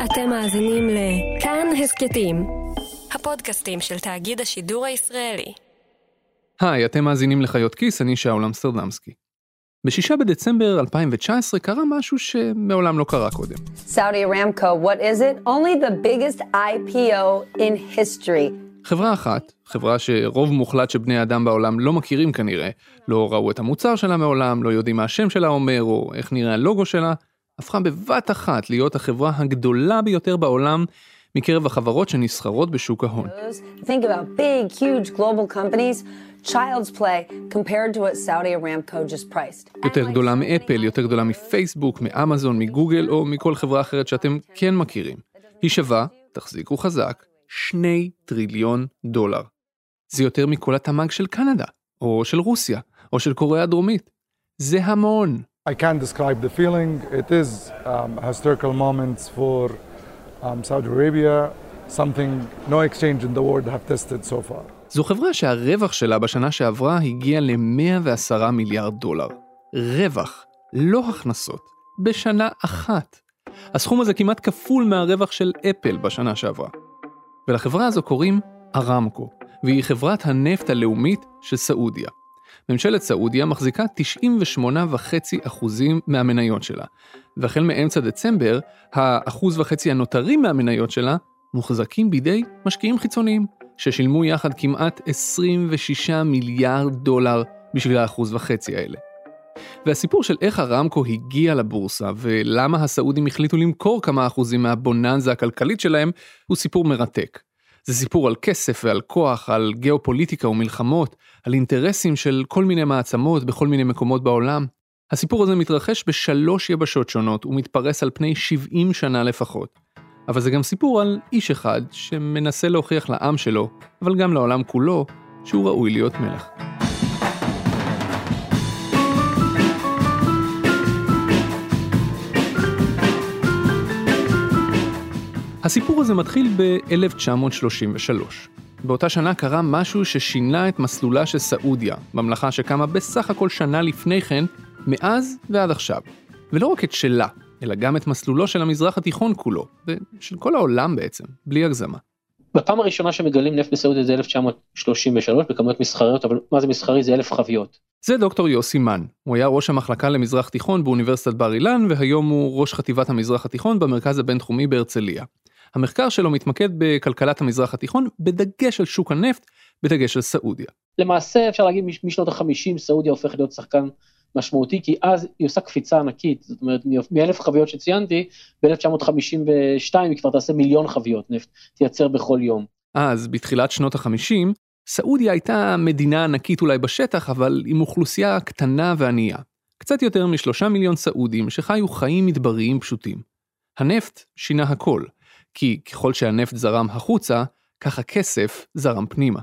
אתם מאזינים לכאן הסקטים, הפודקאסטים של תאגיד השידור הישראלי. היי, אתם מאזינים לחיות כיס, אני שאול אמסטרדמסקי. ב-6 בדצמבר 2019 קרה משהו שמעולם לא קרה קודם. Saudi Aramco, what is it? Only the biggest IPO in history. חברה אחת, חברה שרוב מוחלט שבני אדם בעולם לא מכירים כנראה, לא ראו את המוצר שלה מעולם, לא יודעים מה השם שלה אומר או איך נראה הלוגו שלה, הפכה בבת אחת להיות החברה הגדולה ביותר בעולם מקרב החברות שנסחרות בשוק ההון. Think about big, huge global companies, child's play compared to what Saudi Aramco just priced. יותר גדולה מאפל, יותר גדולה מפייסבוק, מאמזון, מגוגל או מכל חברה אחרת שאתם כן מכירים. היא שווה, תחזיקו חזק, $2 טריליון. זה יותר מכל התמ"ג של קנדה, או של רוסיה, או של קוריאה הדרומית. זה המון. I can't describe the feeling. It is historical moments for Saudi Arabia, something no exchange in the world have tested so far. זו חברה שהרווח שלה בשנה שעברה הגיע $110 מיליארד. רווח, לא הכנסות, בשנה אחת. הסכום הזה כמעט כפול מהרווח של אפל בשנה שעברה. ולחברה הזו קוראים ארמקו, והיא חברת הנפט הלאומית של סעודיה. ממשלת סעודיה מחזיקה 98.5% מהמניות שלה, והחל מאמצע דצמבר, ה1.5% הנותרים מהמניות שלה מוחזקים בידי משקיעים חיצוניים, ששילמו יחד כמעט $26 מיליארד בשביל ה1.5% האלה. והסיפור של איך ארמקו הגיע לבורסה, ולמה הסעודים החליטו למכור כמה אחוזים מהבוננזה הכלכלית שלהם, הוא סיפור מרתק. זה סיפור על כסף ועל כוח, על גיאופוליטיקה ומלחמות, על אינטרסים של כל מיני מעצמות בכל מיני מקומות בעולם. הסיפור הזה מתרחש ב3 יבשות שונות ומתפרס על פני 70 שנה לפחות. אבל זה גם סיפור על איש אחד שמנסה להוכיח לעם שלו, אבל גם לעולם כולו, שהוא ראוי להיות מלך. הסיפור הזה מתחיל ב-1933. באותה שנה קרה משהו ששינה את מסלולה של סעודיה, ממלכה שקמה בסך הכל שנה לפני כן, מאז ועד עכשיו. ולא רק את שלה, אלא גם את מסלולו של המזרח התיכון כולו, ושל כל העולם בעצם, בלי הגזמה. בפעם הראשונה שמגלים נפט בסעודיה זה 1933, בכמויות מסחריות, אבל מה זה מסחרי? זה 1,000 חביות. זה דוקטור יוסי מן. הוא היה ראש המחלקה למזרח תיכון באוניברסיטת בר אילן, והיום הוא ראש חטיבת המזרח התיכון במרכז הבינתחומי בהרצליה. המחקר שלו מתמקד בכלכלת המזרח התיכון, בדגש על שוק הנפט, בדגש על סעודיה. למעשה אפשר להגיד משנות ה-50 סעודיה הופכת להיות שחקן משמעותי, כי אז היא עושה קפיצה ענקית, זאת אומרת מ-1,000 חביות שציינתי, ב-1952 היא כבר תעשה 1,000,000 חביות נפט, תייצר בכל יום. אז בתחילת שנות ה-50, סעודיה הייתה מדינה ענקית אולי בשטח, אבל עם אוכלוסייה קטנה וענייה. קצת יותר מ3 מיליון סעודים שחיו חיים מדבריים פשוטים. הנפט שינה הכל. כי ככל שהנפט זרם החוצה, כך הכסף זרם פנימה.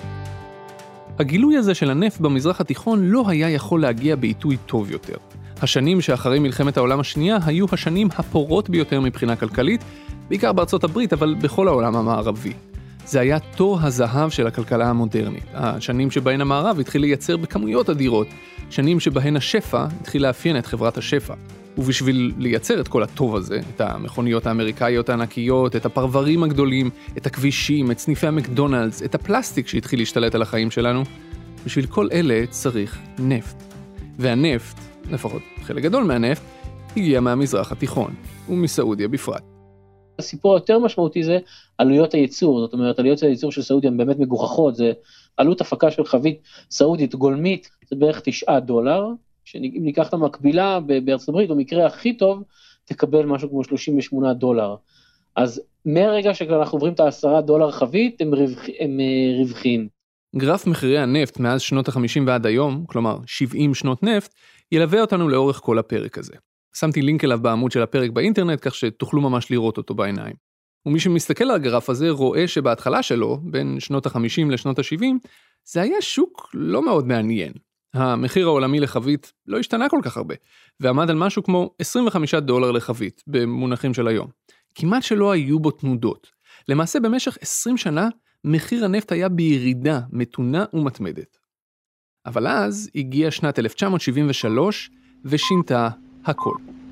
הגילוי הזה של הנפט במזרח התיכון לא היה יכול להגיע בעיתוי טוב יותר. השנים שאחרי מלחמת העולם השנייה היו השנים הפורות ביותר מבחינה כלכלית, בעיקר בארצות הברית, אבל בכל העולם המערבי. זה היה תור הזהב של הכלכלה המודרנית. השנים שבהן המערב התחיל לייצר בכמויות אדירות, שנים שבהן השפע התחיל לאפיין את חברת השפע. ובשביל לייצר את כל הטוב הזה, את המכוניות האמריקאיות הענקיות, את הפרברים הגדולים, את הכבישים, את סניפי המקדונלדס, את הפלסטיק שהתחיל להשתלט על החיים שלנו, בשביל כל אלה צריך נפט. והנפט, לפחות חלק גדול מהנפט, הגיע מהמזרח התיכון, ומסעודיה בפרט. הסיפור היותר משמעותי זה עלויות הייצור, זאת אומרת, עלויות הייצור של סעודיה הן באמת מגוחכות, זה עלות הפקה של חבית סעודית גולמית, זה בערך $9, שאם ניקח את המקבילה בארצות הברית, במקרה הכי טוב, תקבל משהו כמו $38. אז מהרגע שאנחנו עוברים את $10 חבית, הם רווחים. גרף מחירי הנפט מאז שנות ה-50 ועד היום, כלומר 70 שנות נפט, ילווה אותנו לאורך כל הפרק הזה. שמתי לינק אליו בעמוד של הפרק באינטרנט, כך שתוכלו ממש לראות אותו בעיניים. ומי שמסתכל על הגרף הזה רואה שבהתחלה שלו, בין שנות ה-50 לשנות ה-70, זה היה שוק לא מאוד מעניין. המחיר העולמי לחבית לא השתנה כל כך הרבה, ועמד על משהו כמו $25 לחבית, במונחים של היום. כמעט שלא היו בו תנודות. למעשה במשך 20 שנה, מחיר הנפט היה בירידה מתונה ומתמדת. אבל אז הגיעה שנת 1973 ושינתה הכל.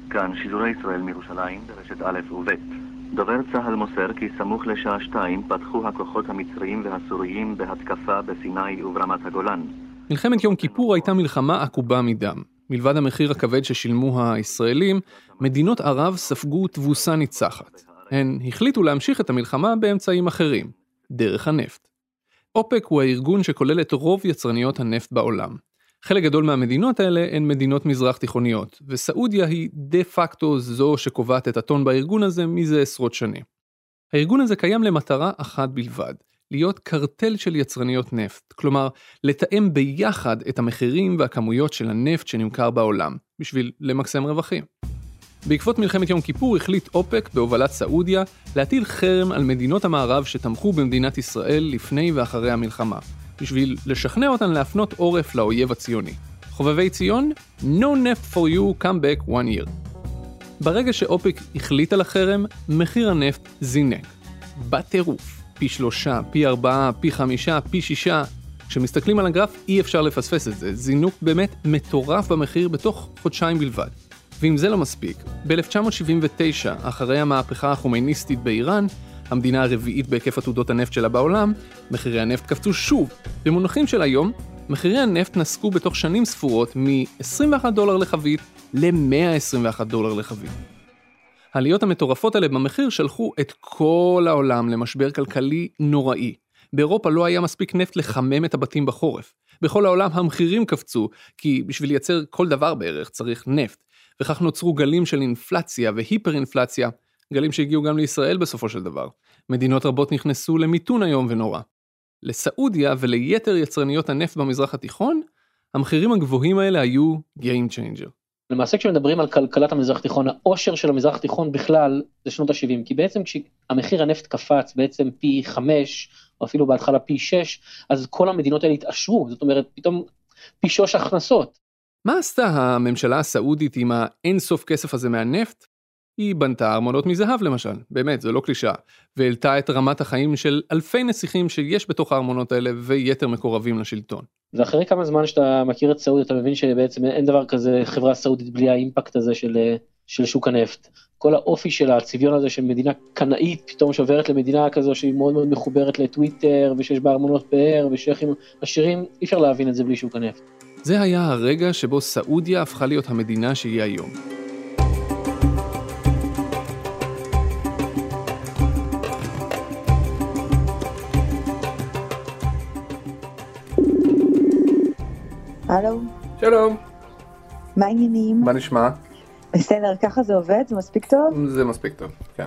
כאן שידורי ישראל מירושלים ברשת א' וב'. דובר צהל מוסר כי סמוך לשעה 2 פתחו הכוחות המצריים והסוריים בהתקפה בסיני וברמת הגולן. מלחמת יום כיפור הייתה מלחמה עקובה מדם. מלבד המחיר הכבד ששילמו הישראלים, מדינות ערב ספגו תבוסה ניצחת. הן החליטו להמשיך את המלחמה באמצעים אחרים, דרך הנפט. אופק הוא הארגון שכולל את רוב יצרניות הנפט בעולם. חלק גדול מהמדינות האלה הן מדינות מזרח תיכוניות, וסעודיה היא דה פקטו זו שקובעת את הטון בארגון הזה מזה עשרות שנים. הארגון הזה קיים למטרה אחת בלבד, להיות קרטל של יצרניות נפט, כלומר, לתאם ביחד את המחירים והכמויות של הנפט שנמכר בעולם, בשביל למקסם רווחים. בעקבות מלחמת יום כיפור החליט אופק בהובלת סעודיה להטיל חרם על מדינות המערב שתמכו במדינת ישראל לפני ואחרי המלחמה, בשביל לשכנע אותן להפנות עורף לאויב הציוני. חובבי ציון, no neft for you, come back one year. ברגע שאופק החליט על החרם, מחיר הנפט זינק. בטירוף, פי 3, פי 4, פי 5, פי 6. כשמסתכלים על הגרף אי אפשר לפספס את זה, זינוק באמת מטורף במחיר בתוך חודשיים בלבד. ואם זה לא מספיק, ב-1979, אחרי המהפכה החומייניסטית באיראן, המדינה הרביעית בהיקף עתודות הנפט שלה בעולם, מחירי הנפט קפצו שוב. במונחים של היום, מחירי הנפט נסקו בתוך שנים ספורות מ-$21 לחבית ל-$121 לחבית. העליות המטורפות האלה במחיר שלחו את כל העולם למשבר כלכלי נוראי. באירופה לא היה מספיק נפט לחמם את הבתים בחורף. בכל העולם המחירים קפצו, כי בשביל לייצר כל דבר בערך צריך נפט. וכך נוצרו גלים של אינפלציה והיפר-אינפלציה, גלים שהגיעו גם לישראל בסופו של דבר. מדינות רבות נכנסו למיתון היום ונורא. לסעודיה וליתר יצרניות הנפט במזרח התיכון, המחירים הגבוהים האלה היו game changer. למעשה כשמדברים על כלכלת המזרח התיכון, העושר של המזרח התיכון בכלל זה שנות ה-70, כי בעצם כשהמחיר הנפט קפץ בעצם פי 5, או אפילו בהתחלה פי 6, אז כל המדינות האלה התעשרו, זאת אומרת פתאום פי 6 הכנסות. מה עשתה הממשלה הסעודית עם האינסוף כסף הזה מהנפט? היא בנתה ארמונות מזהב למשל, באמת, זה לא קלישה, והעלתה את רמת החיים של אלפי נסיכים שיש בתוך הארמונות האלה ויתר מקורבים לשלטון. ואחרי כמה זמן שאתה מכיר את סעודיה, אתה מבין שבעצם אין דבר כזה חברה סעודית בלי האימפקט הזה של שוק הנפט. כל האופי של הצביון הזה של מדינה קנאית, פתאום שוברת למדינה כזו שהיא מאוד מאוד מחוברת לטוויטר, ושיש בה ארמונות פאר ושייכים עשירים, אי אפשר להבין את זה בלי שוק הנפט. זה היה הרגע שבו סעודיה הפכה להיות המדינה שהיא היום. הלו. שלום. מה העניינים? מה נשמע? בסדר, ככה זה עובד? זה מספיק טוב? זה מספיק טוב, כן.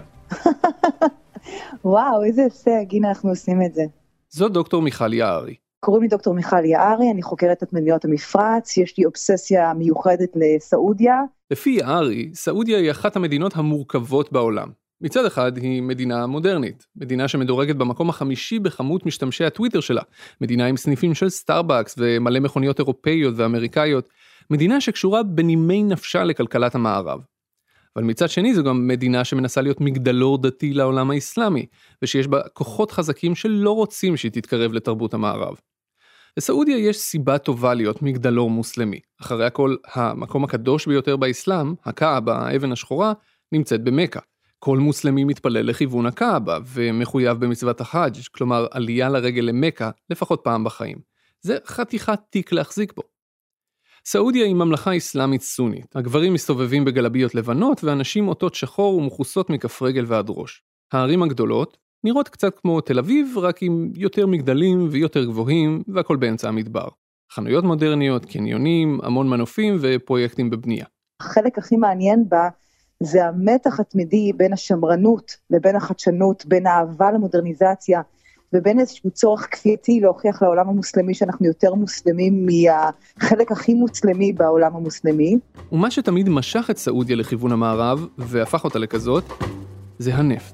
וואו, איזה הישג, הנה אנחנו עושים את זה. זו דוקטור מיכל יערי. קוראים לי דוקטור מיכל יערי, אני חוקרת את מדינות המפרץ, יש לי אובססיה מיוחדת לסעודיה. לפי יערי, סעודיה היא אחת המדינות המורכבות בעולם. מצד אחד היא מדינה מודרנית, מדינה שמדורגת במקום החמישי בכמות משתמשי הטוויטר שלה, מדינה עם סניפים של סטארבקס ומלא מכוניות אירופאיות ואמריקאיות, מדינה שקשורה בנימי נפשה לכלכלת המערב. אבל מצד שני זו גם מדינה שמנסה להיות מגדלור דתי לעולם האסלאמי, ושיש בה כוחות חזקים שלא רוצים שהיא תתקרב לתרבות המערב. לסעודיה יש סיבה טובה להיות מגדלור מוסלמי. אחרי הכל, המקום הקדוש ביותר באסלאם, הקאבה, האבן השחורה, נמצאת במכה. כל מוסלמי מתפלל לכיוון הקאבה ומחויב במצוות החאג', כלומר עלייה לרגל למכה לפחות פעם בחיים. זה חתיכת תיק להחזיק בו. סעודיה היא ממלכה אסלאמית סונית. הגברים מסתובבים בגלביות לבנות ואנשים עוטות שחור ומכוסות מכף רגל ועד ראש. הערים הגדולות נראות קצת כמו תל אביב, רק עם יותר מגדלים ויותר גבוהים והכל באמצע המדבר. חנויות מודרניות, קניונים, המון מנופים ופרויקטים בבנייה. החלק הכי מעניין בה זה המתח התמידי בין השמרנות לבין החדשנות, בין האהבה למודרניזציה, ובין איזשהו צורך כפייתי להוכיח לעולם המוסלמי שאנחנו יותר מוסלמים מהחלק הכי מוסלמי בעולם המוסלמי. ומה שתמיד משך את סעודיה לכיוון המערב והפך אותה לכזאת, זה הנפט.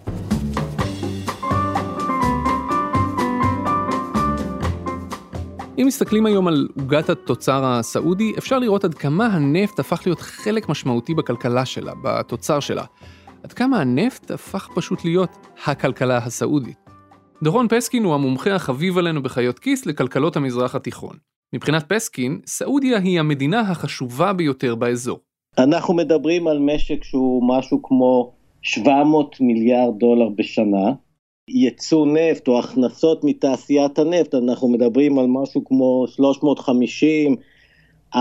אם מסתכלים היום על עוגת התוצר הסעודי, אפשר לראות עד כמה הנפט הפך להיות חלק משמעותי בכלכלה שלה, בתוצר שלה. עד כמה הנפט הפך פשוט להיות הכלכלה הסעודית. דורון פסקין הוא המומחה החביב עלינו בחיות כיס לכלכלות המזרח התיכון. מבחינת פסקין, סעודיה היא המדינה החשובה ביותר באזור. אנחנו מדברים על משק שהוא משהו כמו 700 מיליארד דולר בשנה, ייצוא נפט או הכנסות מתעשיית הנפט, אנחנו מדברים על משהו כמו 350-400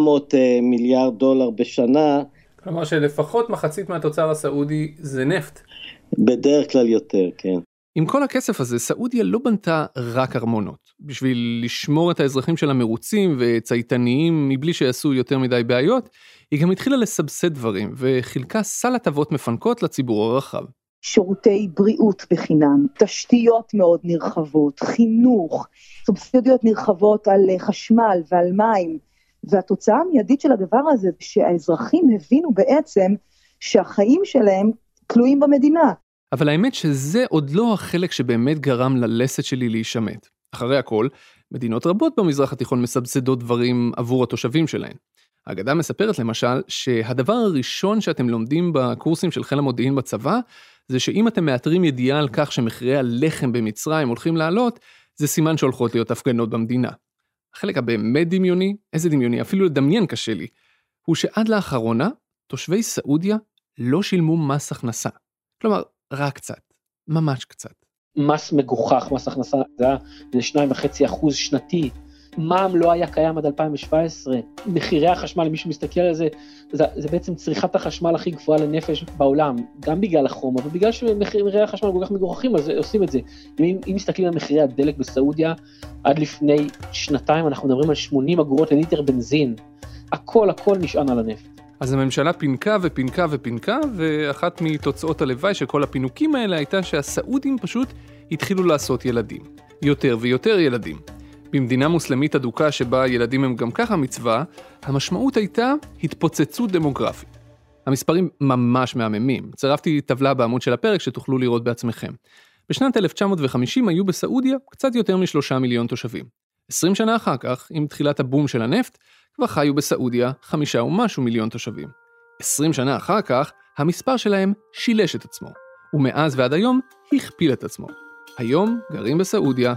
מיליארד דולר בשנה. כלומר שלפחות מחצית מהתוצר הסעודי זה נפט. בדרך כלל יותר, כן. עם כל הכסף הזה, סעודיה לא בנתה רק ארמונות. בשביל לשמור את האזרחים שלה מרוצים וצייתניים מבלי שיעשו יותר מדי בעיות, היא גם התחילה לסבסד דברים וחילקה סל הטבות מפנקות לציבור הרחב. שירותי בריאות בחינם, תשתיות מאוד נרחבות, חינוך, סובסידיות נרחבות על חשמל ועל מים, והתוצאה המיידית של הדבר הזה, שהאזרחים הבינו בעצם שהחיים שלהם תלויים במדינה. אבל האמת שזה עוד לא החלק שבאמת גרם ללסת שלי להישמט. אחרי הכל, מדינות רבות במזרח התיכון מסבסדות דברים עבור התושבים שלהן. האגדה מספרת למשל שהדבר הראשון שאתם לומדים בקורסים של חיל המודיעין בצבא, זה שאם אתם מאתרים ידיעה על כך שמחירי הלחם במצרים הולכים לעלות, זה סימן שהולכות להיות הפגנות במדינה. החלק הבאמת דמיוני, איזה דמיוני, אפילו לדמיין קשה לי, הוא שעד לאחרונה, תושבי סעודיה לא שילמו מס הכנסה. כלומר, רק קצת, ממש קצת. מס מגוחך, מס הכנסה, זה היה 2.5% שנתי. מע"מ לא היה קיים עד 2017. מחירי החשמל, למי שמסתכל על זה, זה בעצם צריכת החשמל הכי גבוהה לנפש בעולם, גם בגלל החום, אבל בגלל שמחירי החשמל כל כך מגוחכים, אז עושים את זה. אם מסתכלים על מחירי הדלק בסעודיה, עד לפני שנתיים אנחנו מדברים על 80 אגורות לליטר בנזין. הכל נשען על הנפט. אז הממשלה פינקה ופינקה ופינקה, ואחת מתוצאות הלוואי של כל הפינוקים האלה הייתה שהסעודים פשוט התחילו לעשות ילדים. יותר ויותר ילדים. במדינה מוסלמית אדוקה שבה ילדים הם גם ככה מצווה, המשמעות הייתה התפוצצות דמוגרפית. המספרים ממש מהממים. צירפתי טבלה בעמוד של הפרק שתוכלו לראות בעצמכם. בשנת 1950 היו בסעודיה קצת יותר מ3 מיליון תושבים. 20 שנה אחר כך, עם תחילת הבום של הנפט, כבר חיו בסעודיה 5 ומשהו מיליון תושבים. 20 שנה אחר כך, המספר שלהם שילש את עצמו, ומאז ועד היום הכפיל את עצמו. היום גרים בסעודיה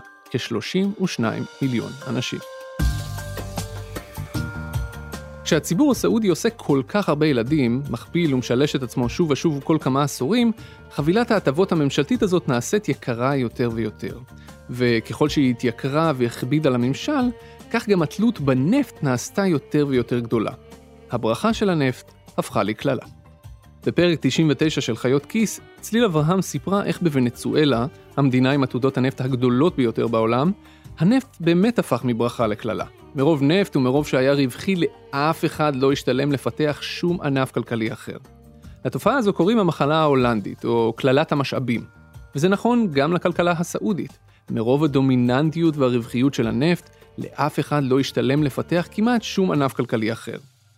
כ32 מיליון אנשים. כשהציבור הסעודי עושה כל כך הרבה ילדים, מכפיל ומשלש את עצמו שוב ושוב כל כמה עשורים, חבילת ההטבות הממשלתית הזאת נעשית יקרה יותר ויותר. וככל שהיא התייקרה והכבידה לממשל, כך גם התלות בנפט נעשתה יותר ויותר גדולה. הברכה של הנפט הפכה לכללה. בפרק 99 של חיות כיס, צליל אברהם סיפרה איך בוונצואלה, המדינה עם עתודות הנפט הגדולות ביותר בעולם, הנפט באמת הפך מברכה לכללה. מרוב נפט ומרוב שהיה רווחי לאף אחד לא השתלם לפתח שום ענף כלכלי אחר. לתופעה הזו קוראים המחלה ההולנדית, או כללת המשאבים. וזה נכון גם לכלכלה הסעודית. מרוב הדומיננטיות והרווחיות של הנפט, לאף אחד לא השתלם לפתח כמעט שום ענף כלכלי אחר.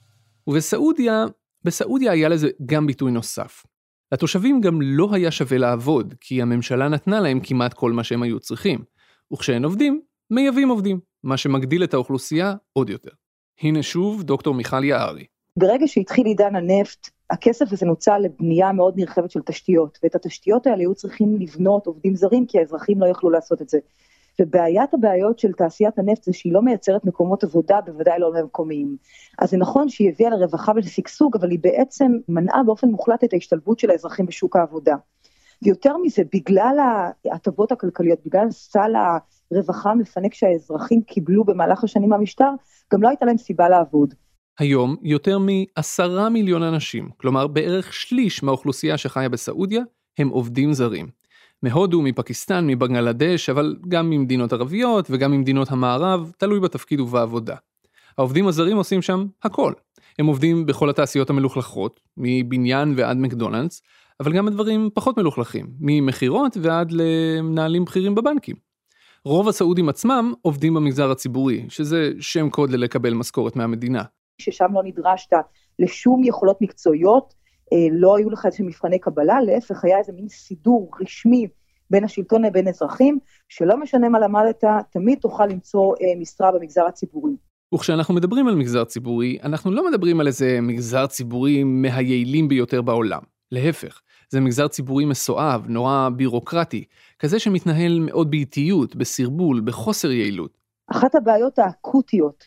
ובסעודיה היה לזה גם ביטוי נוסף. לתושבים גם לא היה שווה לעבוד, כי הממשלה נתנה להם כמעט כל מה שהם היו צריכים. וכשהם עובדים, מייבאים עובדים, מה שמגדיל את האוכלוסייה עוד יותר. הנה שוב דוקטור מיכל יערי. ברגע שהתחיל עידן הנפט, הכסף הזה נוצל לבנייה מאוד נרחבת של תשתיות, ואת התשתיות האלה היו צריכים לבנות עובדים זרים, כי האזרחים לא יכלו לעשות את זה. ובעיית הבעיות של תעשיית הנפט זה שהיא לא מייצרת מקומות עבודה, בוודאי לא מקומיים. אז זה נכון שהיא הביאה לרווחה ולשגשוג, אבל היא בעצם מנעה באופן מוחלט את ההשתלבות של האזרחים בשוק העבודה. ויותר מזה, בגלל ההטבות הכלכליות, בגלל סל הרווחה המפנק שהאזרחים קיבלו במהלך השנים מהמשטר, גם לא הייתה להם סיבה לעבוד. היום יותר מ10 מיליון אנשים, כלומר בערך שליש מהאוכלוסייה שחיה בסעודיה, הם עובדים זרים. מהודו, מפקיסטן, מבנגלדש, אבל גם ממדינות ערביות וגם ממדינות המערב, תלוי בתפקיד ובעבודה. העובדים הזרים עושים שם הכל. הם עובדים בכל התעשיות המלוכלכות, מבניין ועד מקדונלדס, אבל גם הדברים פחות מלוכלכים, ממחירות ועד למנהלים בכירים בבנקים. רוב הסעודים עצמם עובדים במגזר הציבורי, שזה שם קוד ללקבל משכורת מהמדינה. ששם לא נדרשת לשום יכולות מקצועיות, לא היו לך איזה מבחני קבלה, להפך היה איזה מין סידור רשמי בין השלטון לבין אזרחים, שלא משנה מה למדת, תמיד תוכל למצוא משרה במגזר הציבורי. וכשאנחנו מדברים על מגזר ציבורי, אנחנו לא מדברים על איזה מגזר ציבורי מהיעילים ביותר בעולם. להפך, זה מגזר ציבורי מסואב, נורא בירוקרטי, כזה שמתנהל מאוד באיטיות, בסרבול, בחוסר יעילות. אחת הבעיות האקוטיות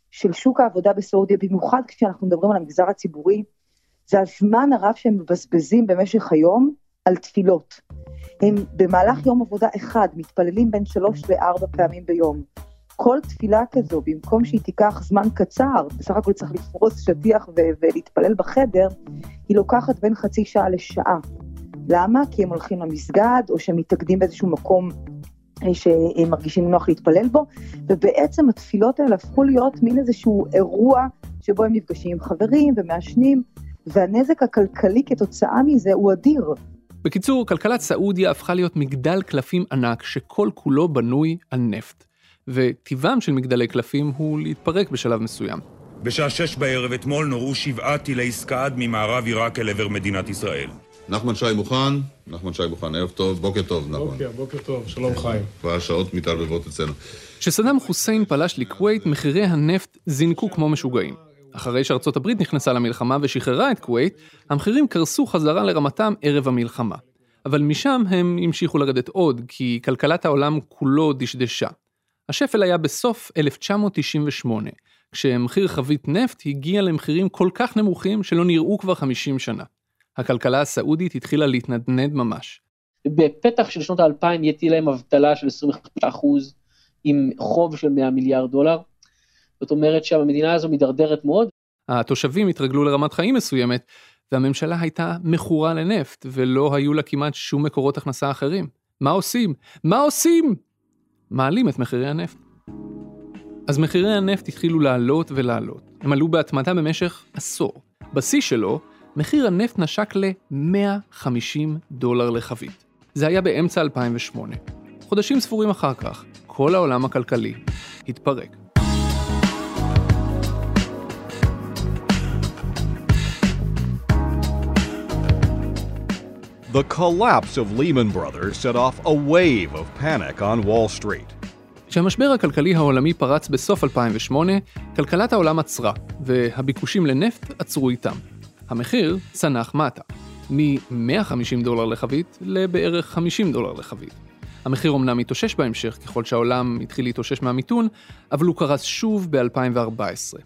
של שוק העבודה בסעודיה, במיוחד כשאנחנו מדברים על המגזר הציבורי, זה הזמן הרב שהם מבזבזים במשך היום על תפילות. הם במהלך יום עבודה אחד מתפללים בין 3 ל-4 פעמים ביום. כל תפילה כזו, במקום שהיא תיקח זמן קצר, בסך הכל צריך לפרוס שטיח ולהתפלל בחדר, היא לוקחת בין חצי שעה לשעה. למה? כי הם הולכים למסגד, או שהם מתאגדים באיזשהו מקום שהם מרגישים נוח להתפלל בו, ובעצם התפילות האלה הפכו להיות מין איזשהו אירוע, שבו הם נפגשים עם חברים ומעשנים, והנזק הכלכלי כתוצאה מזה הוא אדיר. בקיצור, כלכלת סעודיה הפכה להיות מגדל קלפים ענק שכל כולו בנוי על נפט. וטבעם של מגדלי קלפים הוא להתפרק בשלב מסוים. בשעה 6 בערב אתמול נורו 7 טילי סקאד ממערב עיראק אל עבר מדינת ישראל. נחמן שי מוכן? נחמן שי מוכן, ערב טוב, בוקר טוב, נחמן. בוקר טוב, שלום חיים. כבר שעות מתערבבות אצלנו. כשסדאם חוסיין פלש לכווית, מחירי הנפט זינקו כמו משוגעים. אחרי שארצות הברית נכנסה למלחמה ושחררה את כווית, המחירים קרסו חזרה לרמתם ערב המלחמה. אבל משם הם המשיכו לרדת עוד, כי כלכלת העולם כולו דשדשה. השפל היה בסוף 1998, כשמחיר חבית נפט הגיע למחירים כל כך נמוכים שלא נראו כבר 50 שנה. הכלכלה הסעודית התחילה להתנדנד ממש. בפתח של שנות ה-2000 תהיה להם אבטלה של 25% עם חוב של $100 מיליארד. זאת אומרת שהמדינה הזו מדרדרת מאוד. התושבים התרגלו לרמת חיים מסוימת, והממשלה הייתה מכורה לנפט, ולא היו לה כמעט שום מקורות הכנסה אחרים. מה עושים? מה עושים? מעלים את מחירי הנפט. אז מחירי הנפט התחילו לעלות ולעלות. הם עלו בהתמדה במשך עשור. בשיא שלו, מחיר הנפט נשק $150 לחבית. זה היה באמצע 2008. חודשים ספורים אחר כך, כל העולם הכלכלי התפרק. The collapse of Lehman Brothers set off a wave of panic on Wall Street. כשהמשבר הכלכלי העולמי פרץ בסוף 2008, כלכלת העולם עצרה, והביקושים לנפט עצרו איתם. המחיר צנח מטה, מ-$150 לחבית לבערך $50 לחבית. המחיר אומנם התאושש בהמשך ככל שהעולם התחיל להתאושש מהמיתון, אבל הוא קרס שוב ב-2014.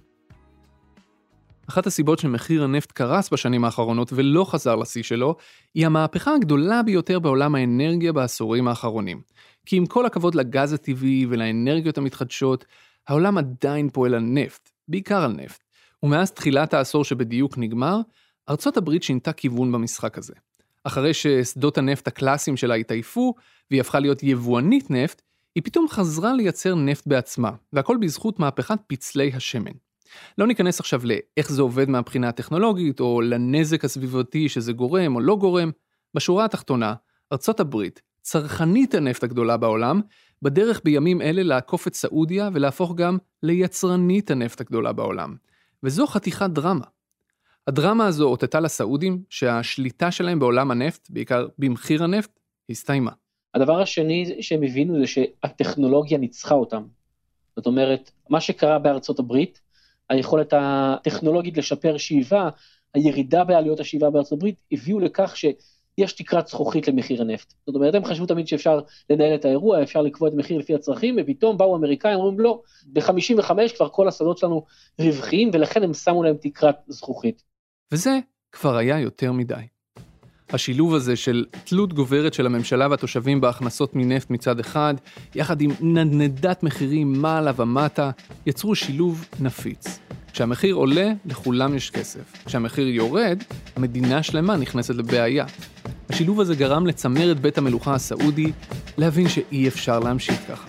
אחת הסיבות שמחיר הנפט קרס בשנים האחרונות ולא חזר לשיא שלו, היא המהפכה הגדולה ביותר בעולם האנרגיה בעשורים האחרונים. כי עם כל הכבוד לגז הטבעי ולאנרגיות המתחדשות, העולם עדיין פועל על נפט, בעיקר על נפט. ומאז תחילת העשור שבדיוק נגמר, ארצות הברית שינתה כיוון במשחק הזה. אחרי ששדות הנפט הקלאסיים שלה התעייפו, והיא הפכה להיות יבואנית נפט, היא פתאום חזרה לייצר נפט בעצמה, והכל בזכות מהפכת פצלי השמן. לא ניכנס עכשיו לאיך זה עובד מהבחינה הטכנולוגית, או לנזק הסביבתי שזה גורם או לא גורם. בשורה התחתונה, ארצות הברית, צרכנית הנפט הגדולה בעולם, בדרך בימים אלה לעקוף את סעודיה ולהפוך גם ליצרנית הנפט הגדולה בעולם. וזו חתיכת דרמה. הדרמה הזו אותתה לסעודים שהשליטה שלהם בעולם הנפט, בעיקר במחיר הנפט, הסתיימה. הדבר השני שהם הבינו זה שהטכנולוגיה ניצחה אותם. זאת אומרת, מה שקרה בארצות הברית, היכולת הטכנולוגית לשפר שאיבה, הירידה בעלויות השאיבה בארצות הברית, הביאו לכך שיש תקרת זכוכית למחיר הנפט. זאת אומרת, הם חשבו תמיד שאפשר לנהל את האירוע, אפשר לקבוע את המחיר לפי הצרכים, ופתאום באו אמריקאים, אומרים לא, ב-55 כבר כל השדות שלנו רווחיים, ולכן הם שמו להם תקרת זכוכית. וזה כבר היה יותר מדי. השילוב הזה של תלות גוברת של הממשלה והתושבים בהכנסות מנפט מצד אחד, יחד עם נדנדת מחירים מעלה ומטה, יצרו שילוב נפיץ. כשהמחיר עולה, לכולם יש כסף. כשהמחיר יורד, המדינה שלמה נכנסת לבעיה. השילוב הזה גרם לצמרת בית המלוכה הסעודי להבין שאי אפשר להמשיך ככה.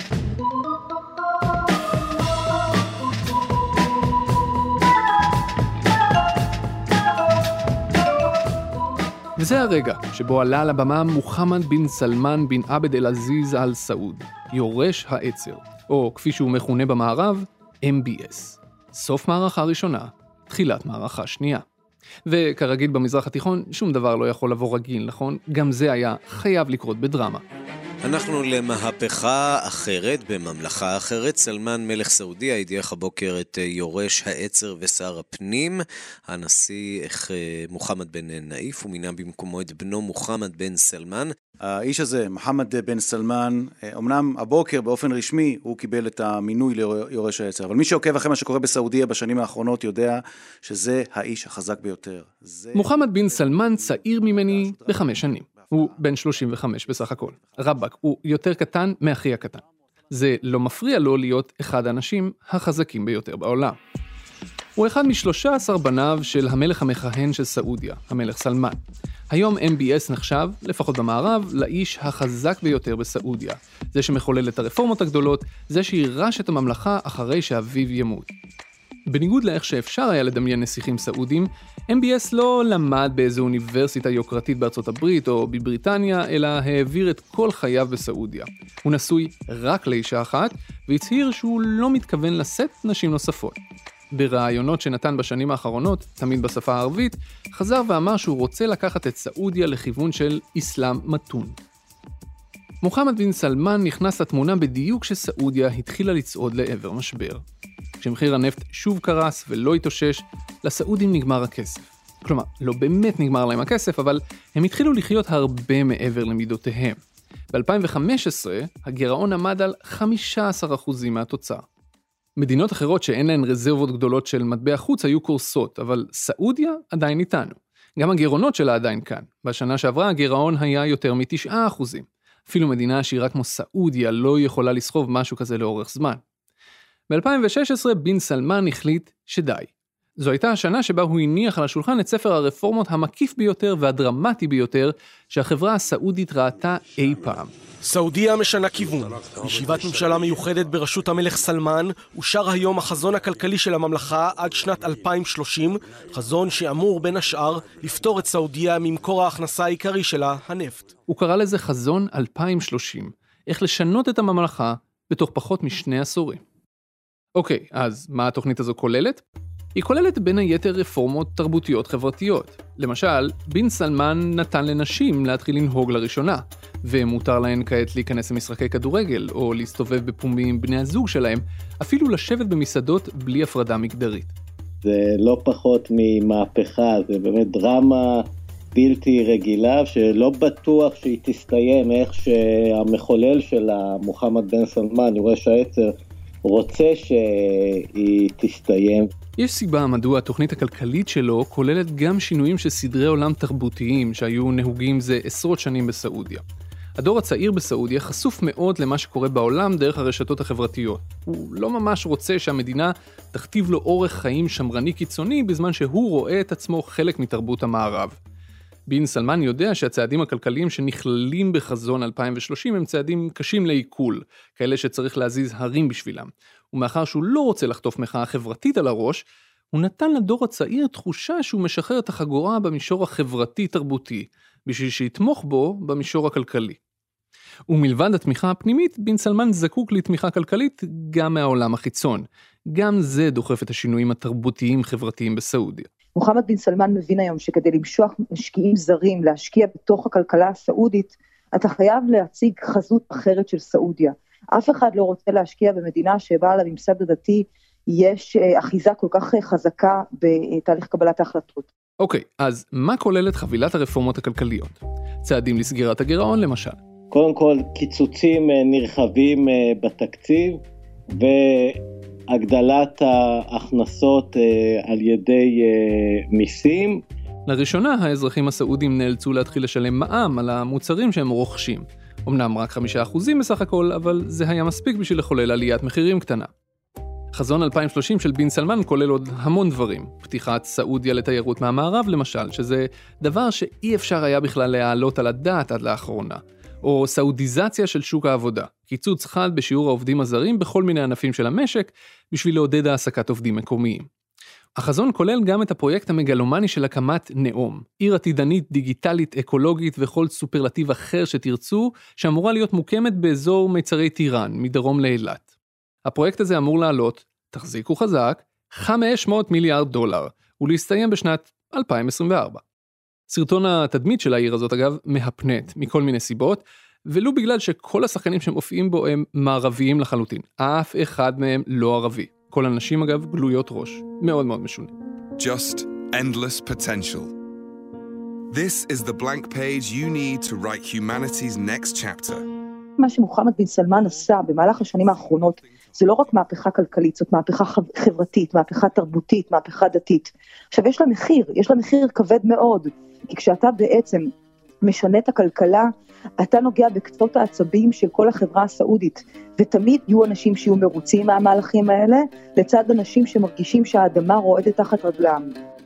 וזה הרגע שבו עלה על הבמה מוחמד בן סלמן בן עבד אל עזיז אל סעוד, יורש העצר, או כפי שהוא מכונה במערב, MBS. סוף מערכה ראשונה, תחילת מערכה שנייה. וכרגיל במזרח התיכון, שום דבר לא יכול לבוא רגיל, נכון? גם זה היה חייב לקרות בדרמה. אנחנו למהפכה אחרת בממלכה אחרת. סלמן מלך סעודיה הדיח הבוקר את יורש העצר ושר הפנים, הנשיא מוחמד בן נאיף, ומינה במקומו את בנו מוחמד בן סלמן. האיש הזה, מוחמד בן סלמן, אמנם הבוקר באופן רשמי הוא קיבל את המינוי ליורש העצר, אבל מי שעוקב אחרי מה שקורה בסעודיה בשנים האחרונות יודע שזה האיש החזק ביותר. מוחמד בן סלמן צעיר ממני ב5 שנים. הוא בן 35 בסך הכל. רבק, הוא יותר קטן מאחי הקטן. זה לא מפריע לו להיות אחד האנשים החזקים ביותר בעולם. הוא אחד מ13 בניו של המלך המכהן של סעודיה, המלך סלמן. היום MBS נחשב, לפחות במערב, לאיש החזק ביותר בסעודיה. זה שמחולל את הרפורמות הגדולות, זה שירש את הממלכה אחרי שאביו ימות. בניגוד לאיך שאפשר היה לדמיין נסיכים סעודים, MBS לא למד באיזו אוניברסיטה יוקרתית בארצות הברית או בבריטניה, אלא העביר את כל חייו בסעודיה. הוא נשוי רק לאישה אחת, והצהיר שהוא לא מתכוון לשאת נשים נוספות. ברעיונות שנתן בשנים האחרונות, תמיד בשפה הערבית, חזר ואמר שהוא רוצה לקחת את סעודיה לכיוון של אסלאם מתון. מוחמד בן סלמן נכנס לתמונה בדיוק שסעודיה התחילה לצעוד לעבר משבר. כשמחיר הנפט שוב קרס ולא התאושש, לסעודים נגמר הכסף. כלומר, לא באמת נגמר להם הכסף, אבל הם התחילו לחיות הרבה מעבר למידותיהם. ב-2015 הגירעון עמד על 15% מהתוצר. מדינות אחרות שאין להן רזרבות גדולות של מטבע חוץ היו קורסות, אבל סעודיה עדיין איתנו. גם הגירעונות שלה עדיין כאן. בשנה שעברה הגירעון היה יותר מ9%. אפילו מדינה עשירה כמו סעודיה לא יכולה לסחוב משהו כזה לאורך זמן. ב-2016 בן סלמן החליט שדי. זו הייתה השנה שבה הוא הניח על השולחן את ספר הרפורמות המקיף ביותר והדרמטי ביותר שהחברה הסעודית ראתה אי פעם. סעודיה משנה כיוון. בישיבת ממשלה מיוחדת בראשות המלך סלמן אושר היום החזון הכלכלי של הממלכה עד שנת 2030, חזון שאמור בין השאר לפתור את סעודיה ממקור ההכנסה העיקרי שלה, הנפט. הוא קרא לזה חזון 2030, איך לשנות את הממלכה בתוך פחות מ2 עשורים. אוקיי, אז מה התוכנית הזו כוללת? היא כוללת בין היתר רפורמות תרבותיות חברתיות. למשל, בן סלמן נתן לנשים להתחיל לנהוג לראשונה, ומותר להן כעת להיכנס למשחקי כדורגל, או להסתובב בפומבי עם בני הזוג שלהם, אפילו לשבת במסעדות בלי הפרדה מגדרית. זה לא פחות ממהפכה, זה באמת דרמה בלתי רגילה, שלא בטוח שהיא תסתיים איך שהמחולל שלה, מוחמד בן סלמן, יורש העצר, רוצה שהיא תסתיים. יש סיבה מדוע התוכנית הכלכלית שלו כוללת גם שינויים של סדרי עולם תרבותיים שהיו נהוגים זה עשרות שנים בסעודיה. הדור הצעיר בסעודיה חשוף מאוד למה שקורה בעולם דרך הרשתות החברתיות. הוא לא ממש רוצה שהמדינה תכתיב לו אורח חיים שמרני קיצוני בזמן שהוא רואה את עצמו חלק מתרבות המערב. בן סלמן יודע שהצעדים הכלכליים שנכללים בחזון 2030 הם צעדים קשים לעיכול, כאלה שצריך להזיז הרים בשבילם. ומאחר שהוא לא רוצה לחטוף מחאה חברתית על הראש, הוא נתן לדור הצעיר תחושה שהוא משחרר את החגורה במישור החברתי-תרבותי, בשביל שיתמוך בו במישור הכלכלי. ומלבד התמיכה הפנימית, בן סלמן זקוק לתמיכה כלכלית גם מהעולם החיצון. גם זה דוחף את השינויים התרבותיים-חברתיים בסעודיה. מוחמד בן סלמן מבין היום שכדי למשוך משקיעים זרים להשקיע בתוך הכלכלה הסעודית, אתה חייב להציג חזות אחרת של סעודיה. אף אחד לא רוצה להשקיע במדינה שבה לממסד הדתי יש אחיזה כל כך חזקה בתהליך קבלת ההחלטות. אוקיי, אז מה כוללת חבילת הרפורמות הכלכליות? צעדים לסגירת הגירעון למשל. קודם כל, קיצוצים נרחבים בתקציב והגדלת ההכנסות על ידי מיסים. לראשונה האזרחים הסעודים נאלצו להתחיל לשלם מע"מ על המוצרים שהם רוכשים. אמנם רק 5% בסך הכל, אבל זה היה מספיק בשביל לחולל עליית מחירים קטנה. חזון 2030 של בן סלמן כולל עוד המון דברים. פתיחת סעודיה לתיירות מהמערב למשל, שזה דבר שאי אפשר היה בכלל להעלות על הדעת עד לאחרונה. או סעודיזציה של שוק העבודה. קיצוץ חד בשיעור העובדים הזרים בכל מיני ענפים של המשק, בשביל לעודד העסקת עובדים מקומיים. החזון כולל גם את הפרויקט המגלומני של הקמת נאום, עיר עתידנית, דיגיטלית, אקולוגית וכל סופרלטיב אחר שתרצו, שאמורה להיות מוקמת באזור מיצרי טיראן, מדרום לאילת. הפרויקט הזה אמור לעלות, תחזיקו חזק, $500 מיליארד, ולהסתיים בשנת 2024. סרטון התדמית של העיר הזאת אגב מהפנט, מכל מיני סיבות, ולו בגלל שכל השחקנים שמופיעים בו הם מערביים לחלוטין. אף אחד מהם לא ערבי. כל הנשים אגב גלויות ראש. מאוד מאוד משונה. Just endless potential. This is the blank page you need to write humanity's next chapter. מה שמוחמד בן סלמן עשה במהלך השנים האחרונות, זה לא רק מהפכה כלכלית, זאת מהפכה חברתית, מהפכה תרבותית, מהפכה דתית. עכשיו יש לה מחיר כבד מאוד, כי כשאתה בעצם משנה את הכלכלה, אתה נוגע בקצות העצבים של כל החברה הסעודית, ותמיד יהיו אנשים שיהיו מרוצים מהמהלכים האלה, לצד אנשים שמרגישים שהאדמה רועדת תחת רגלם.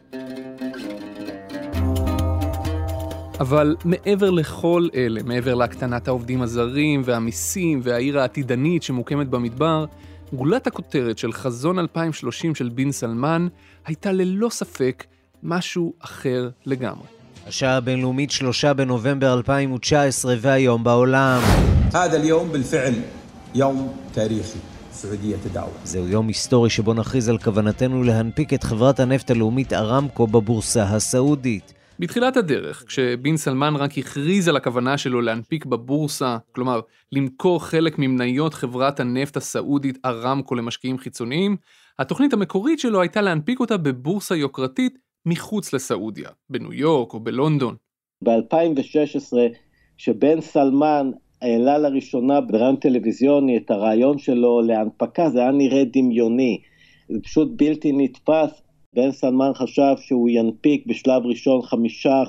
אבל מעבר לכל אלה, מעבר להקטנת העובדים הזרים והמיסים והעיר העתידנית שמוקמת במדבר, גולת הכותרת של חזון 2030 של בן סלמן הייתה ללא ספק משהו אחר לגמרי. השעה הבינלאומית 3 בנובמבר 2019 והיום בעולם. هذا اليوم بالفعل يوم تاريخي سعودية تداول. זהו יום היסטורי שבו נכריז על כוונתנו להנפיק את חברת הנפט הלאומית ארמקו בבורסה הסעודית. בתחילת הדרך, כשבן סלמן רק הכריז על הכוונה שלו להנפיק בבורסה, כלומר, למכור חלק ממניות חברת הנפט הסעודית ארמקו למשקיעים חיצוניים, התוכנית המקורית שלו הייתה להנפיק אותה בבורסה יוקרתית מחוץ לסעודיה, בניו יורק או בלונדון. ב-2016, כשבן סלמן העלה לראשונה ברעיון טלוויזיוני את הרעיון שלו להנפקה, זה היה נראה דמיוני, זה פשוט בלתי נתפס. בן סלמן חשב שהוא ינפיק בשלב ראשון 5%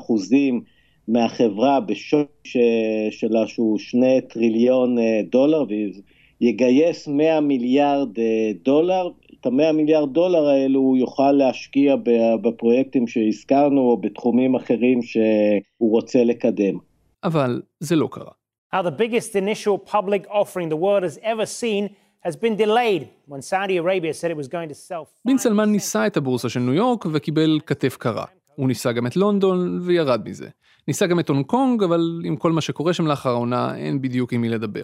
מהחברה בשווי שלה שהוא 2 טריליון דולר, ויגייס 100 מיליארד דולר. את ה-100 מיליארד דולר האלו הוא יוכל להשקיע בפרויקטים שהזכרנו או בתחומים אחרים שהוא רוצה לקדם. אבל זה לא קרה. How the biggest initial public offering the world has ever seen has been delayed when Saudi Arabia said it was going to sell. בן סלמן ניסה את הבורסה של ניו יורק וקיבל כתף קרה. הוא ניסה גם את לונדון וירד מזה. ניסה גם את הונג קונג, אבל עם כל מה שקורה שם לאחר העונה אין בדיוק עם מי לדבר.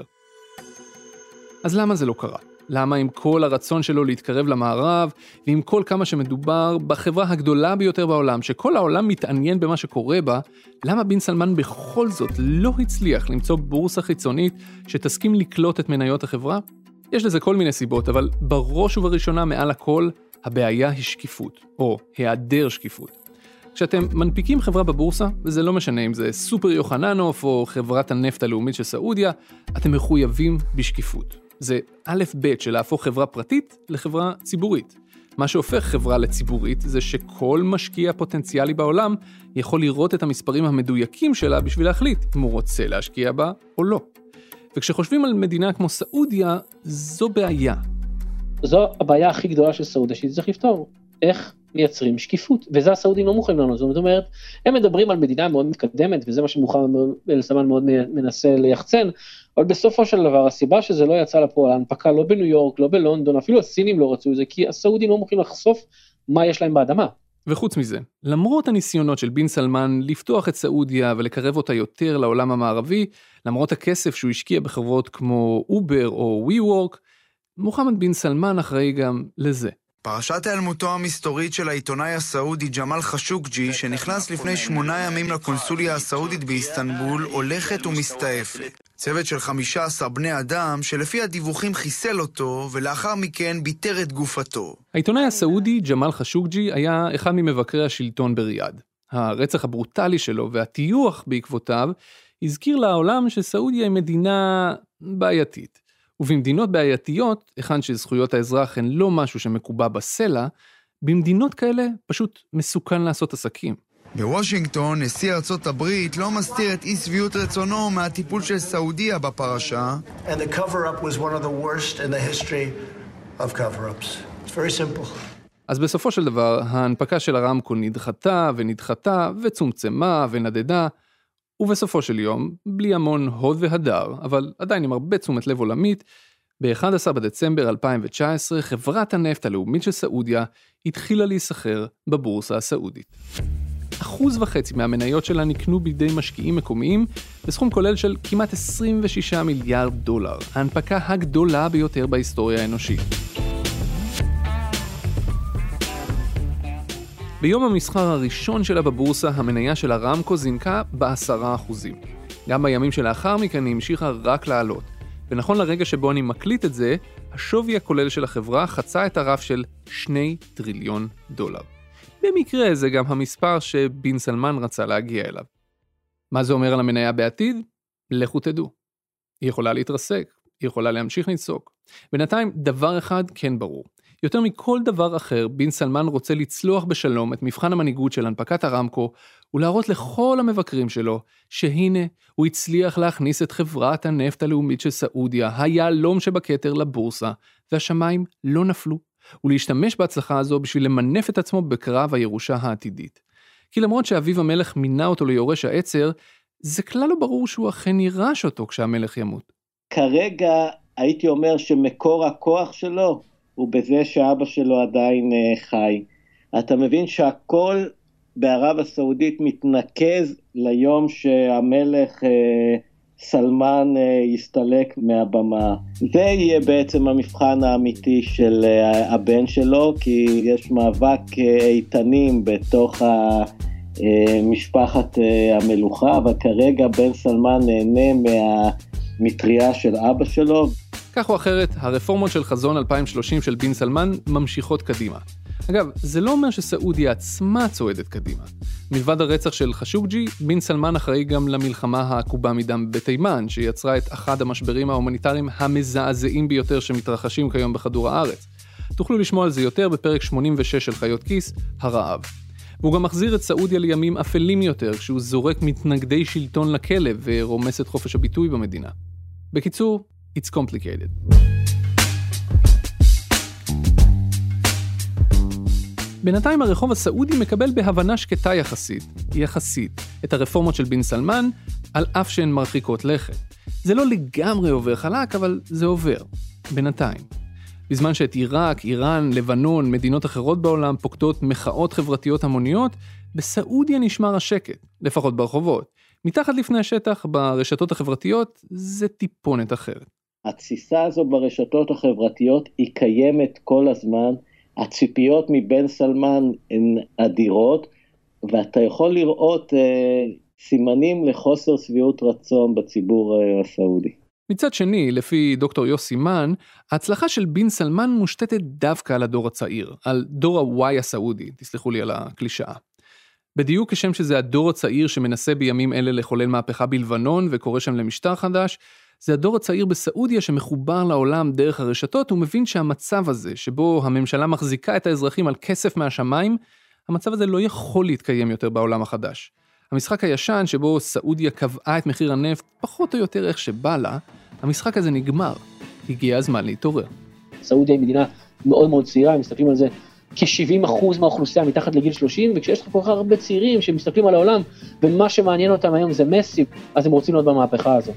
אז למה זה לא קרה? למה עם כל הרצון שלו להתקרב למערב, ועם כל כמה שמדובר בחברה הגדולה ביותר בעולם, שכל העולם מתעניין במה שקורה בה, למה בן סלמן בכל זאת לא הצליח למצוא בורסה חיצונית שתסכים לקלוט את מניות החברה? יש לזה כל מיני סיבות, אבל בראש ובראשונה מעל הכל, הבעיה היא שקיפות, או היעדר שקיפות. כשאתם מנפיקים חברה בבורסה, וזה לא משנה אם זה סופר יוחננוף או חברת הנפט הלאומית של סעודיה, אתם מחויבים בשקיפות. זה א' ב' של להפוך חברה פרטית לחברה ציבורית. מה שהופך חברה לציבורית זה שכל משקיע פוטנציאלי בעולם יכול לראות את המספרים המדויקים שלה בשביל להחליט אם הוא רוצה להשקיע בה או לא. וכשחושבים על מדינה כמו סעודיה, זו בעיה. זו הבעיה הכי גדולה של סעודיה שצריך לפתור. איך מייצרים שקיפות? וזה הסעודים לא מוכנים לנו. זאת אומרת, הם מדברים על מדינה מאוד מתקדמת, וזה מה שמוחמד בן סלמן מאוד מנסה ליחצן, אבל בסופו של דבר, הסיבה שזה לא יצא לפועל, ההנפקה לא בניו יורק, לא בלונדון, אפילו הסינים לא רצו את זה, כי הסעודים לא מוכנים לחשוף מה יש להם באדמה. וחוץ מזה, למרות הניסיונות של בן סלמן לפתוח את סעודיה ולקרב אותה יותר לעולם המערבי, למרות הכסף שהוא השקיע בחברות כמו אובר או WeWork, מוחמד בן סלמן אחראי גם לזה. פרשת העלמותו המסתורית של העיתונאי הסעודי ג'מאל חשוקג'י, שנכנס לפני 8 ימים לקונסוליה הסעודית באיסטנבול, הולכת ומסתעפת. צוות של 15 בני אדם, שלפי הדיווחים חיסל אותו, ולאחר מכן ביטר את גופתו. העיתונאי הסעודי ג'מאל חשוקג'י היה אחד ממבקרי השלטון בריאד. הרצח הברוטלי שלו והטיוח בעקבותיו הזכיר לעולם שסעודיה היא מדינה בעייתית. ובמדינות בעייתיות, היכן שזכויות האזרח הן לא משהו שמקובע בסלע, במדינות כאלה פשוט מסוכן לעשות עסקים. בוושינגטון, נשיא ארצות הברית לא מסתיר את אי שביעות רצונו מהטיפול של סעודיה בפרשה. And the cover-up was one of the worst in the history of cover-ups. It's very simple. אז בסופו של דבר, ההנפקה של ארמקו נדחתה ונדחתה וצומצמה ונדדה, ובסופו של יום, בלי המון הוד והדר, אבל עדיין עם הרבה תשומת לב עולמית, ב-11 בדצמבר 2019, חברת הנפט הלאומית של סעודיה התחילה להיסחר בבורסה הסעודית. 1.5% מהמניות שלה נקנו בידי משקיעים מקומיים, בסכום כולל של כמעט 26 מיליארד דולר, ההנפקה הגדולה ביותר בהיסטוריה האנושית. ביום המסחר הראשון שלה בבורסה, המניה של ארמקו זינקה ב10%. גם בימים שלאחר מכן היא המשיכה רק לעלות. ונכון לרגע שבו אני מקליט את זה, השווי הכולל של החברה חצה את הרף של $2 טריליון. במקרה זה גם המספר שבן סלמן רצה להגיע אליו. מה זה אומר על המניה בעתיד? לכו תדעו. היא יכולה להתרסק, היא יכולה להמשיך לנסוק. בינתיים דבר אחד כן ברור. יותר מכל דבר אחר, בן סלמן רוצה לצלוח בשלום את מבחן המנהיגות של הנפקת הרמקו, ולהראות לכל המבקרים שלו שהנה הוא הצליח להכניס את חברת הנפט הלאומית של סעודיה, היהלום שבכתר לבורסה, והשמיים לא נפלו, ולהשתמש בהצלחה הזו בשביל למנף את עצמו בקרב הירושה העתידית. כי למרות שאביב המלך מינה אותו ליורש העצר, זה כלל לא ברור שהוא אכן יירש אותו כשהמלך ימות. כרגע הייתי אומר שמקור הכוח שלו הוא בזה שאבא שלו עדיין חי. אתה מבין שהכל בערב הסעודית מתנקז ליום שהמלך סלמן יסתלק מהבמה. זה יהיה בעצם המבחן האמיתי של הבן שלו, כי יש מאבק איתנים בתוך משפחת המלוכה, אבל כרגע בן סלמן נהנה מהמטריה של אבא שלו. כך או אחרת, הרפורמות של חזון 2030 של בן סלמן ממשיכות קדימה. אגב, זה לא אומר שסעודיה עצמה צועדת קדימה. מלבד הרצח של חשוקג'י, בן סלמן אחראי גם למלחמה העקובה מדם בתימן, שיצרה את אחד המשברים ההומניטריים המזעזעים ביותר שמתרחשים כיום בכדור הארץ. תוכלו לשמוע על זה יותר בפרק 86 של חיות כיס, הרעב. והוא גם מחזיר את סעודיה לימים אפלים יותר, כשהוא זורק מתנגדי שלטון לכלא ורומס את חופש הביטוי במדינה. בקיצור, it's complicated. בינתיים הרחוב הסעודי מקבל בהבנה שקטה יחסית, את הרפורמות של בן סלמן, על אף שהן מרחיקות לכת. זה לא לגמרי עובר חלק, אבל זה עובר. בינתיים. בזמן שאת עיראק, איראן, לבנון, מדינות אחרות בעולם פוקדות מחאות חברתיות המוניות, בסעודיה נשמר השקט, לפחות ברחובות. מתחת לפני השטח, ברשתות החברתיות, זה טיפונת אחרת. התסיסה הזו ברשתות החברתיות היא קיימת כל הזמן, הציפיות מבן סלמן הן אדירות, ואתה יכול לראות סימנים לחוסר שביעות רצון בציבור הסעודי. מצד שני, לפי דוקטור יוסי מן, ההצלחה של בן סלמן מושתתת דווקא על הדור הצעיר, על דור הוואי הסעודי, תסלחו לי על הקלישאה. בדיוק כשם שזה הדור הצעיר שמנסה בימים אלה לחולל מהפכה בלבנון וקורא שם למשטר חדש, זה הדור הצעיר בסעודיה שמחובר לעולם דרך הרשתות, ומבין שהמצב הזה, שבו הממשלה מחזיקה את האזרחים על כסף מהשמיים, המצב הזה לא יכול להתקיים יותר בעולם החדש. המשחק הישן שבו סעודיה קבעה את מחיר הנפט פחות או יותר איך שבא לה, המשחק הזה נגמר. הגיע הזמן להתעורר. סעודיה היא מדינה מאוד מאוד צעירה, הם מסתכלים על זה כ-70% מהאוכלוסייה מתחת לגיל 30, וכשיש לך כל כך הרבה צעירים שמסתכלים על העולם, ומה שמעניין אותם היום זה מסי, אז הם רוצים להיות במהפכה הזו.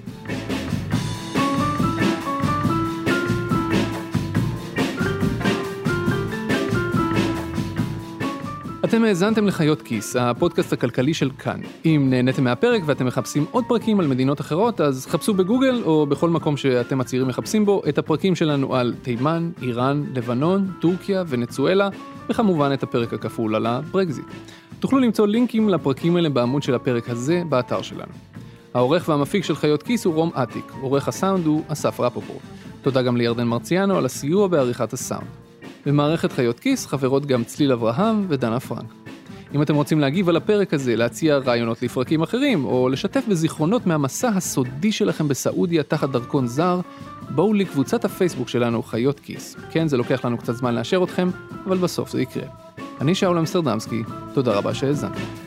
אתם האזנתם לחיות כיס, הפודקאסט הכלכלי של כאן. אם נהניתם מהפרק ואתם מחפשים עוד פרקים על מדינות אחרות, אז חפשו בגוגל או בכל מקום שאתם הצעירים מחפשים בו את הפרקים שלנו על תימן, איראן, לבנון, טורקיה ונצואלה, וכמובן את הפרק הכפול על הברקזיט. תוכלו למצוא לינקים לפרקים האלה בעמוד של הפרק הזה באתר שלנו. העורך והמפיק של חיות כיס הוא רום עתיק, עורך הסאונד הוא אסף רפופורט. תודה גם לירדן מרציאנו על הסיוע בעריכת הסאונד. במערכת חיות כיס חברות גם צליל אברהם ודנה פרנק. אם אתם רוצים להגיב על הפרק הזה, להציע רעיונות לפרקים אחרים, או לשתף בזיכרונות מהמסע הסודי שלכם בסעודיה תחת דרכון זר, בואו לקבוצת הפייסבוק שלנו חיות כיס. כן, זה לוקח לנו קצת זמן לאשר אתכם, אבל בסוף זה יקרה. אני שאול אמסטרדמסקי, תודה רבה שהאזנתם.